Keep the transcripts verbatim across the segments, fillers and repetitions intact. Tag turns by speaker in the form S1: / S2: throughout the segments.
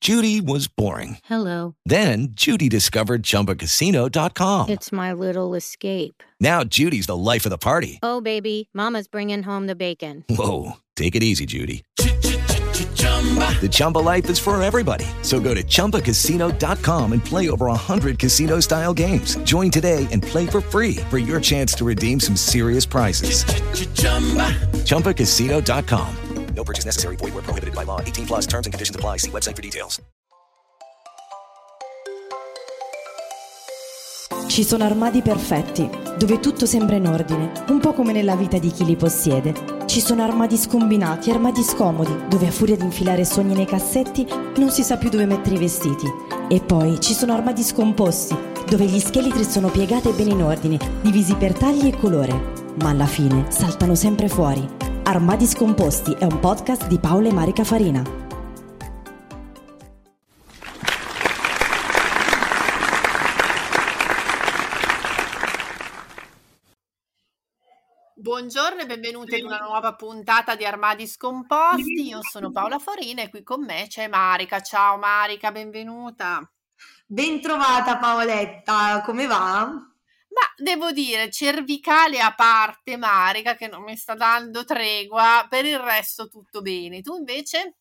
S1: Judy was boring.
S2: Hello.
S1: Then Judy discovered Chumba Casino dot com.
S2: It's my little escape.
S1: Now Judy's the life of the party.
S2: Oh, baby, mama's bringing home the bacon.
S1: Whoa, take it easy, Judy. The Chumba life is for everybody. So go to Chumba Casino dot com and play over one hundred casino-style games. Join today and play for free for your chance to redeem some serious prizes. Chumba Casino dot com. No purchase necessary. Void where prohibited by law. eighteen plus terms and conditions apply. See website for details.
S3: Ci sono armadi perfetti, dove tutto sembra in ordine, un po' come nella vita di chi li possiede. Ci sono armadi scombinati, armadi scomodi, dove a furia di infilare sogni nei cassetti non si sa più dove mettere i vestiti. E poi ci sono armadi scomposti, dove gli scheletri sono piegati e bene in ordine, divisi per tagli e colore, ma alla fine saltano sempre fuori. Armadi Scomposti è un podcast di Paola e Marica Farina.
S4: Buongiorno e benvenuti ad una nuova puntata di Armadi Scomposti. Io sono Paola Farina e qui con me c'è Marica. Ciao Marica, benvenuta.
S5: Bentrovata Paoletta, come va?
S4: Ma devo dire, cervicale a parte, Marica, che non mi sta dando tregua, per il resto tutto bene. Tu invece?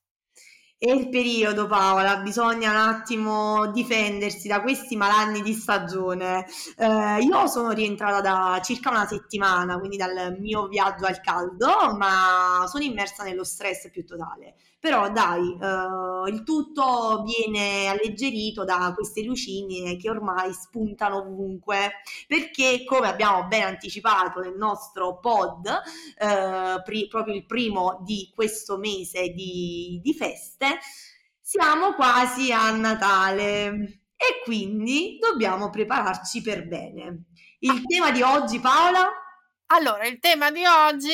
S5: È il periodo, Paola, bisogna un attimo difendersi da questi malanni di stagione. Eh, io sono rientrata da circa una settimana, quindi dal mio viaggio al caldo, ma sono immersa nello stress più totale. Però dai, eh, il tutto viene alleggerito da queste lucine che ormai spuntano ovunque, perché come abbiamo ben anticipato nel nostro pod, eh, pri- proprio il primo di questo mese di, di feste, siamo quasi a Natale e quindi dobbiamo prepararci per bene. Il tema di oggi, Paola?
S4: Allora, il tema di oggi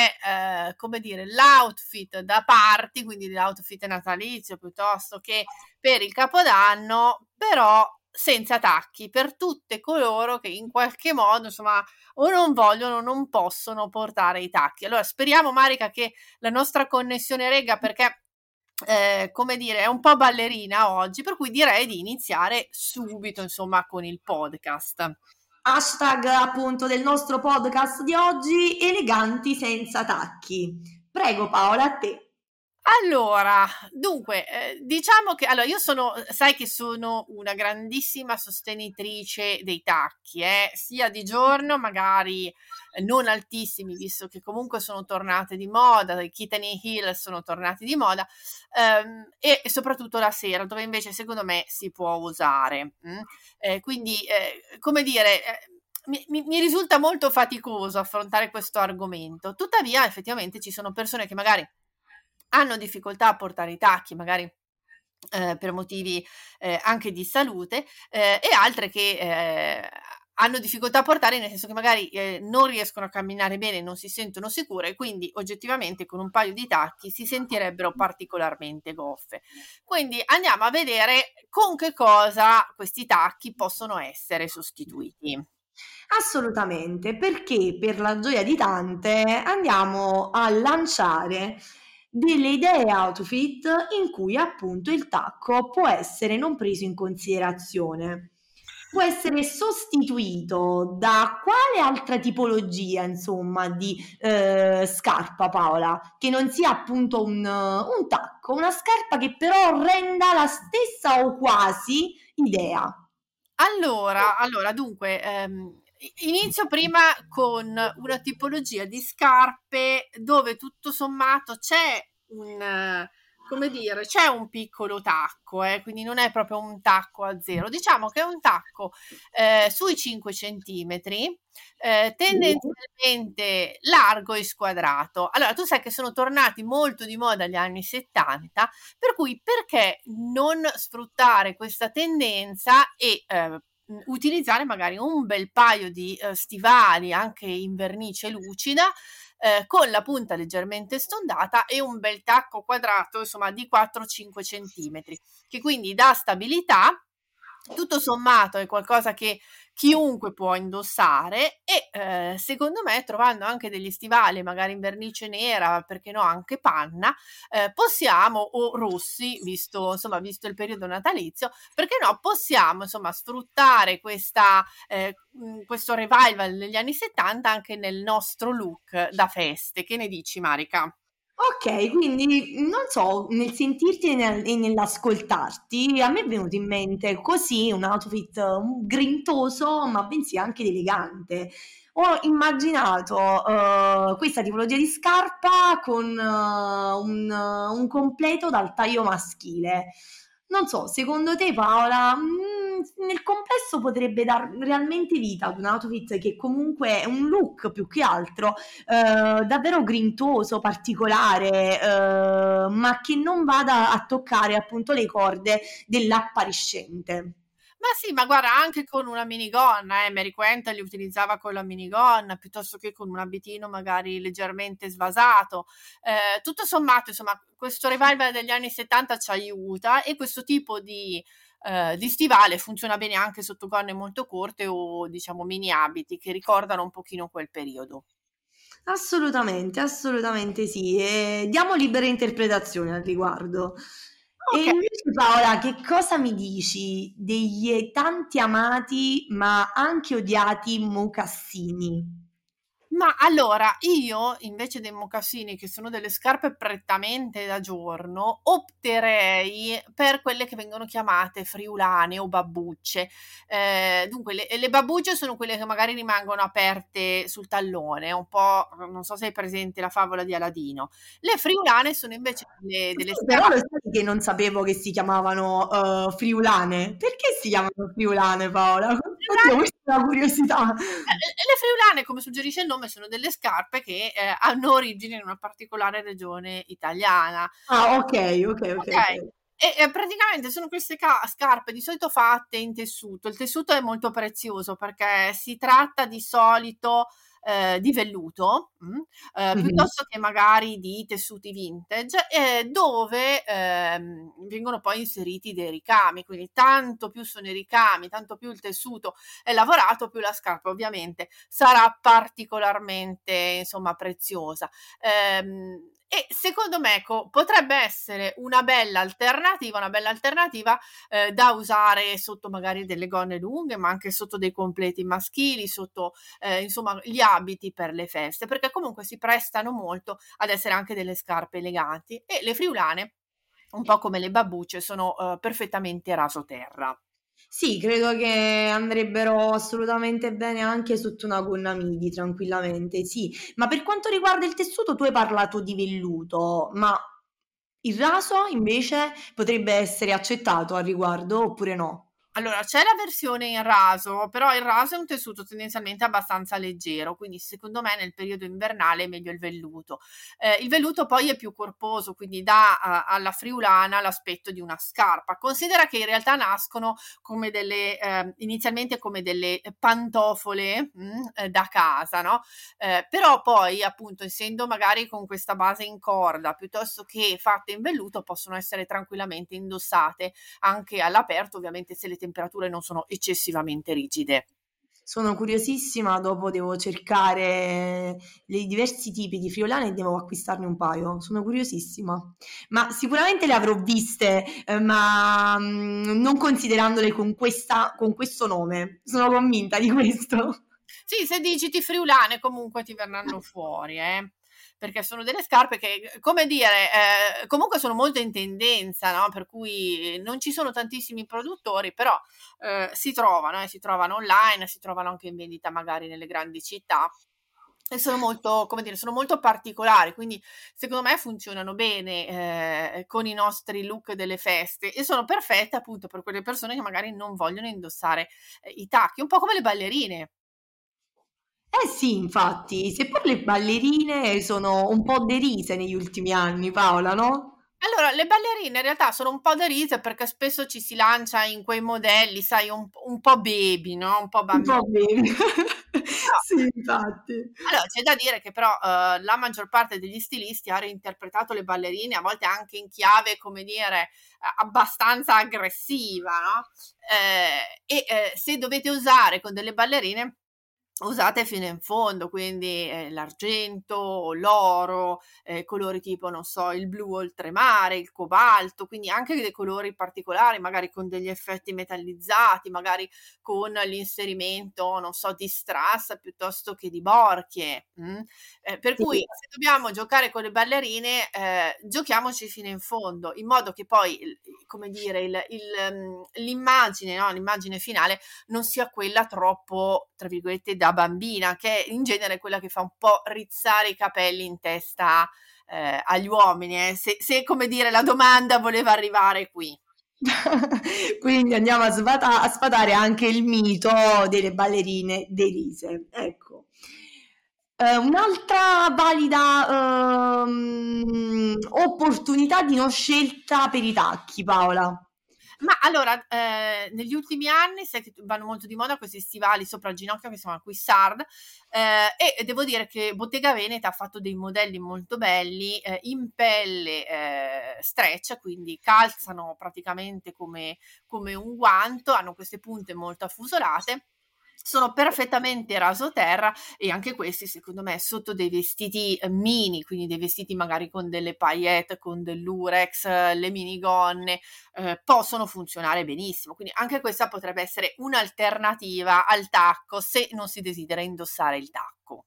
S4: è, eh, come dire, l'outfit da party, quindi l'outfit natalizio piuttosto che per il Capodanno, però senza tacchi, per tutte coloro che in qualche modo, insomma, o non vogliono o non possono portare i tacchi. Allora, speriamo, Marica, che la nostra connessione regga, perché Eh, come dire, è un po' ballerina oggi, per cui direi di iniziare subito, insomma, con il podcast.
S5: Hashtag appunto del nostro podcast di oggi, eleganti senza tacchi. Prego Paola, a te.
S4: Allora, dunque, eh, diciamo che allora io sono, sai che sono una grandissima sostenitrice dei tacchi, eh, sia di giorno, magari eh, non altissimi, visto che comunque sono tornate di moda, i kitten heel sono tornati di moda, ehm, e, e soprattutto la sera, dove invece secondo me si può usare. Mm? Eh, quindi, eh, come dire... Eh, Mi, mi, mi risulta molto faticoso affrontare questo argomento, tuttavia effettivamente ci sono persone che magari hanno difficoltà a portare i tacchi, magari eh, per motivi eh, anche di salute, eh, e altre che eh, hanno difficoltà a portare, nel senso che magari eh, non riescono a camminare bene, non si sentono sicure e quindi oggettivamente con un paio di tacchi si sentirebbero particolarmente goffe. Quindi andiamo a vedere con che cosa questi tacchi possono essere sostituiti.
S5: Assolutamente, perché per la gioia di tante andiamo a lanciare delle idee outfit in cui appunto il tacco può essere non preso in considerazione. Può essere sostituito da quale altra tipologia, insomma, di eh, scarpa, Paola, che non sia appunto un, un tacco, una scarpa che però renda la stessa o quasi idea.
S4: Allora, allora dunque, ehm, inizio prima con una tipologia di scarpe dove tutto sommato c'è un, eh, come dire, c'è un piccolo tacco, eh, quindi non è proprio un tacco a zero. Diciamo che è un tacco eh, sui cinque centimetri, eh, tendenzialmente largo e squadrato. Allora, tu sai che sono tornati molto di moda gli anni settanta, per cui perché non sfruttare questa tendenza e eh, utilizzare magari un bel paio di eh, stivali anche in vernice lucida, eh, con la punta leggermente stondata e un bel tacco quadrato, insomma, di quattro cinque centimetri, che quindi dà stabilità tutto sommato è qualcosa che chiunque può indossare e eh, secondo me trovando anche degli stivali magari in vernice nera, perché no anche panna, eh, possiamo, o rossi, visto insomma visto il periodo natalizio, perché no possiamo insomma sfruttare questa, eh, questo revival degli anni settanta anche nel nostro look da feste. Che ne dici, Marica?
S5: Ok, quindi non so, nel sentirti e, nel- e nell'ascoltarti, a me è venuto in mente così un outfit um, grintoso, ma bensì anche elegante. Ho immaginato eh, questa tipologia di scarpa con eh, un, un completo dal taglio maschile. Non so, secondo te Paola, mm, nel complesso potrebbe dar realmente vita ad un outfit che comunque è un look più che altro eh, davvero grintoso, particolare, eh, ma che non vada a toccare appunto le corde dell'appariscente.
S4: Ma sì, ma guarda, anche con una minigonna, eh, Mary Quant li utilizzava con la minigonna, piuttosto che con un abitino magari leggermente svasato. Eh, tutto sommato, insomma, questo revival degli anni settanta ci aiuta e questo tipo di, eh, di stivale funziona bene anche sotto gonne molto corte o, diciamo, mini abiti che ricordano un pochino quel periodo.
S5: Assolutamente, assolutamente sì. E diamo libera interpretazione al riguardo. E
S4: Ok.
S5: invece Paola, che cosa mi dici degli tanti amati ma anche odiati mocassini?
S4: Ma allora, io invece dei mocassini, che sono delle scarpe prettamente da giorno, opterei per quelle che vengono chiamate friulane o babbucce. Eh, dunque, le, le babbucce sono quelle che magari rimangono aperte sul tallone, un po', non so se hai presente la favola di Aladino. Le friulane sono invece delle, delle
S5: Sì, però lo
S4: scarpe.
S5: sai che non sapevo che si chiamavano eh, friulane. Perché si chiamano friulane, Paola? Oddio, questa è una curiosità.
S4: Eh, le friulane, come suggerisce il nome, sono delle scarpe che eh, hanno origine in una particolare regione italiana.
S5: Ah, ok, ok, ok,
S4: Ok,
S5: ok.
S4: e, e praticamente sono queste ca- scarpe di solito fatte in tessuto. Il tessuto è molto prezioso perché si tratta di solito eh, di velluto, mm, eh,
S5: Mhm.
S4: piuttosto che magari di tessuti vintage, eh, dove ehm, vengono poi inseriti dei ricami. Quindi tanto più sono i ricami, tanto più il tessuto è lavorato, più la scarpa ovviamente sarà particolarmente, insomma, preziosa. Ehm, e secondo me co- potrebbe essere una bella alternativa, una bella alternativa eh, da usare sotto magari delle gonne lunghe, ma anche sotto dei completi maschili, sotto eh, insomma gli abiti per le feste, perché comunque si prestano molto ad essere anche delle scarpe eleganti. E le friulane, un po' come le babbucce, sono eh, perfettamente rasoterra.
S5: Sì, credo che andrebbero assolutamente bene anche sotto una gonna midi, tranquillamente, sì. Ma per quanto riguarda il tessuto, tu hai parlato di velluto, ma il raso invece potrebbe essere accettato al riguardo oppure no?
S4: Allora, c'è la versione in raso, però il raso è un tessuto tendenzialmente abbastanza leggero, quindi secondo me nel periodo invernale è meglio il velluto. Eh, il velluto poi è più corposo, quindi dà a- alla friulana l'aspetto di una scarpa. Considera che in realtà nascono come delle, eh, inizialmente come delle pantofole mm, eh, da casa, no? Eh, però poi appunto essendo magari con questa base in corda piuttosto che fatte in velluto possono essere tranquillamente indossate anche all'aperto, ovviamente se le temperature non sono eccessivamente rigide.
S5: Sono curiosissima, dopo devo cercare i diversi tipi di friulane e devo acquistarne un paio. Sono curiosissima. Ma sicuramente le avrò viste, eh, ma mm, non considerandole con questa, con questo nome. Sono convinta di questo.
S4: Sì, se digiti friulane comunque ti verranno fuori, eh? Perché sono delle scarpe che, come dire, eh, comunque sono molto in tendenza, no? Per cui non ci sono tantissimi produttori, però eh, si trovano, eh, si trovano online, si trovano anche in vendita magari nelle grandi città. E sono molto, come dire, sono molto particolari, quindi secondo me funzionano bene eh, con i nostri look delle feste e sono perfette appunto per quelle persone che magari non vogliono indossare eh, i tacchi, un po' come le ballerine.
S5: Eh sì, infatti, seppur le ballerine sono un po' derise negli ultimi anni, Paola, no?
S4: Allora, le ballerine in realtà sono un po' derise perché spesso ci si lancia in quei modelli, sai, un, un po' baby, no? Un po' bambino.
S5: Un po' baby.
S4: No.
S5: Sì, infatti.
S4: Allora, c'è da dire che però uh, la maggior parte degli stilisti ha reinterpretato le ballerine, a volte anche in chiave, come dire, abbastanza aggressiva, no? Eh, e eh, se dovete usare con delle ballerine, usate fino in fondo, quindi eh, l'argento, l'oro, eh, colori tipo, non so, il blu oltremare, il cobalto, quindi anche dei colori particolari, magari con degli effetti metallizzati, magari con l'inserimento, non so, di strass piuttosto che di borchie. Mm? Eh, per
S5: Sì.
S4: cui se dobbiamo giocare con le ballerine, eh, giochiamoci fino in fondo, in modo che poi, come dire, il, il, l'immagine, no? L'immagine finale non sia quella troppo, tra virgolette, da bambina, che è in genere quella che fa un po' rizzare i capelli in testa eh, agli uomini, eh. se, se, come dire, la domanda voleva arrivare qui.
S5: Quindi andiamo a, sfata- a sfatare anche il mito delle ballerine derise. Ecco. Uh, un'altra valida um, opportunità di non scelta per i tacchi, Paola.
S4: Ma allora, eh, negli ultimi anni sai che vanno molto di moda questi stivali sopra il ginocchio che si chiamano Cuissard, eh, e devo dire che Bottega Veneta ha fatto dei modelli molto belli eh, in pelle eh, stretch, quindi calzano praticamente come, come un guanto, hanno queste punte molto affusolate, sono perfettamente rasoterra e anche questi secondo me sotto dei vestiti mini, quindi dei vestiti magari con delle paillette, con dell'urex, le minigonne, eh, possono funzionare benissimo, quindi anche questa potrebbe essere un'alternativa al tacco se non si desidera indossare il tacco.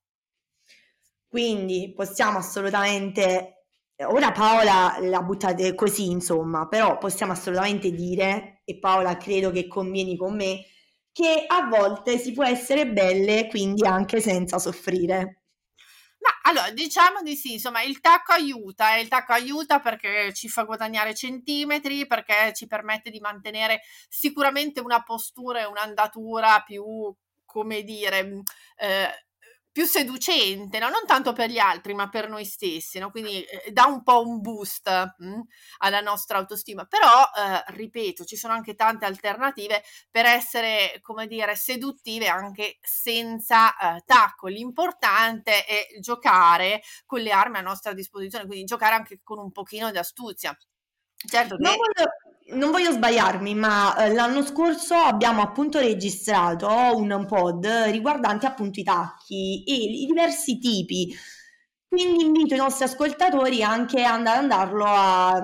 S5: Quindi possiamo assolutamente, ora Paola la buttate così insomma, però possiamo assolutamente dire, e Paola credo che convieni con me, che a volte si può essere belle quindi anche senza soffrire.
S4: Ma allora diciamo di sì, insomma il tacco aiuta, eh, il tacco aiuta perché ci fa guadagnare centimetri, perché ci permette di mantenere sicuramente una postura e un'andatura più, come dire, eh, più seducente, no? Non tanto per gli altri ma per noi stessi, no? Quindi eh, dà un po' un boost mh, alla nostra autostima, però eh, ripeto, ci sono anche tante alternative per essere, come dire, seduttive anche senza eh, tacco. L'importante è giocare con le armi a nostra disposizione, quindi giocare anche con un pochino di astuzia. Certo che...
S5: Non voglio, non voglio sbagliarmi, ma eh, l'anno scorso abbiamo appunto registrato un, un pod riguardante appunto i tacchi e i diversi tipi. Quindi invito i nostri ascoltatori anche ad andarlo a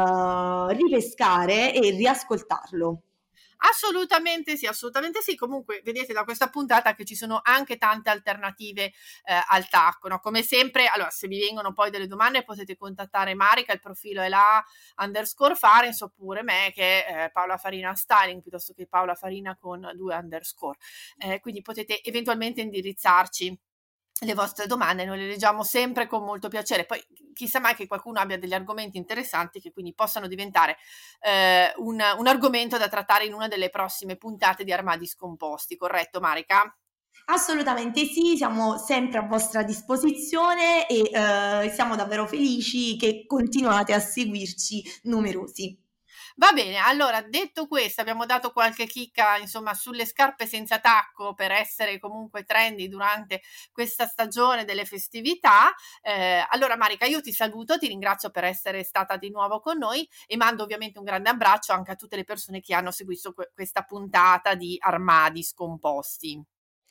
S5: um, ripescare e riascoltarlo.
S4: Assolutamente sì, assolutamente sì. Comunque vedete da questa puntata che ci sono anche tante alternative eh, al tacco, no? Come sempre, allora se vi vengono poi delle domande potete contattare Marica, il profilo è la underscore Farins, oppure me che è eh, Paola Farina Styling, piuttosto che Paola Farina con due underscore. Eh, quindi potete eventualmente indirizzarci le vostre domande, noi le leggiamo sempre con molto piacere, poi chissà mai che qualcuno abbia degli argomenti interessanti che quindi possano diventare eh, un, un argomento da trattare in una delle prossime puntate di Armadi Scomposti, corretto Marica?
S5: Assolutamente sì, siamo sempre a vostra disposizione e eh, siamo davvero felici che continuate a seguirci numerosi.
S4: Va bene, allora detto questo abbiamo dato qualche chicca insomma sulle scarpe senza tacco per essere comunque trendy durante questa stagione delle festività. Eh, allora Marica, io ti saluto, ti ringrazio per essere stata di nuovo con noi e mando ovviamente un grande abbraccio anche a tutte le persone che hanno seguito que- questa puntata di Armadi Scomposti.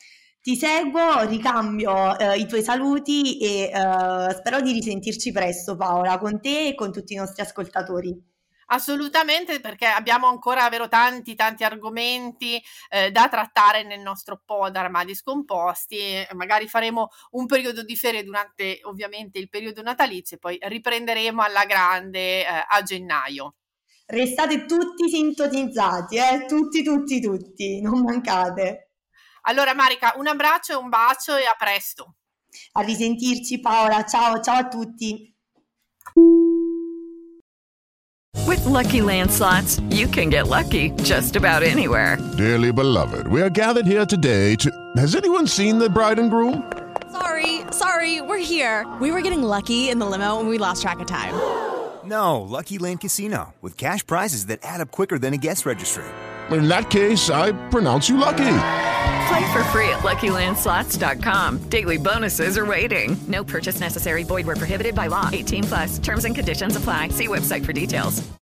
S5: Ti seguo, ricambio eh, i tuoi saluti e eh, spero di risentirci presto Paola, con te e con tutti i nostri ascoltatori.
S4: Assolutamente, perché abbiamo ancora davvero tanti tanti argomenti eh, da trattare nel nostro pod Armadi Scomposti, e magari faremo un periodo di ferie durante ovviamente il periodo natalizio e poi riprenderemo alla grande eh, a gennaio.
S5: Restate tutti sintonizzati, eh? tutti tutti tutti, non mancate.
S4: Allora Marica, un abbraccio e un bacio e a presto.
S5: A risentirci Paola, ciao ciao a tutti.
S6: With Lucky Land Slots, you can get lucky just about anywhere.
S7: Dearly beloved, we are gathered here today to... Has anyone seen the bride and groom?
S8: Sorry, sorry, we're here. We were getting lucky in the limo and we lost track of time. No, Lucky Land Casino, with cash prizes that add up quicker than a guest registry.
S7: In that case, I pronounce you lucky.
S6: Play for free at Lucky Land Slots dot com. Daily bonuses are waiting. No purchase necessary. Void where prohibited by law. eighteen plus. Terms and conditions apply. See website for details.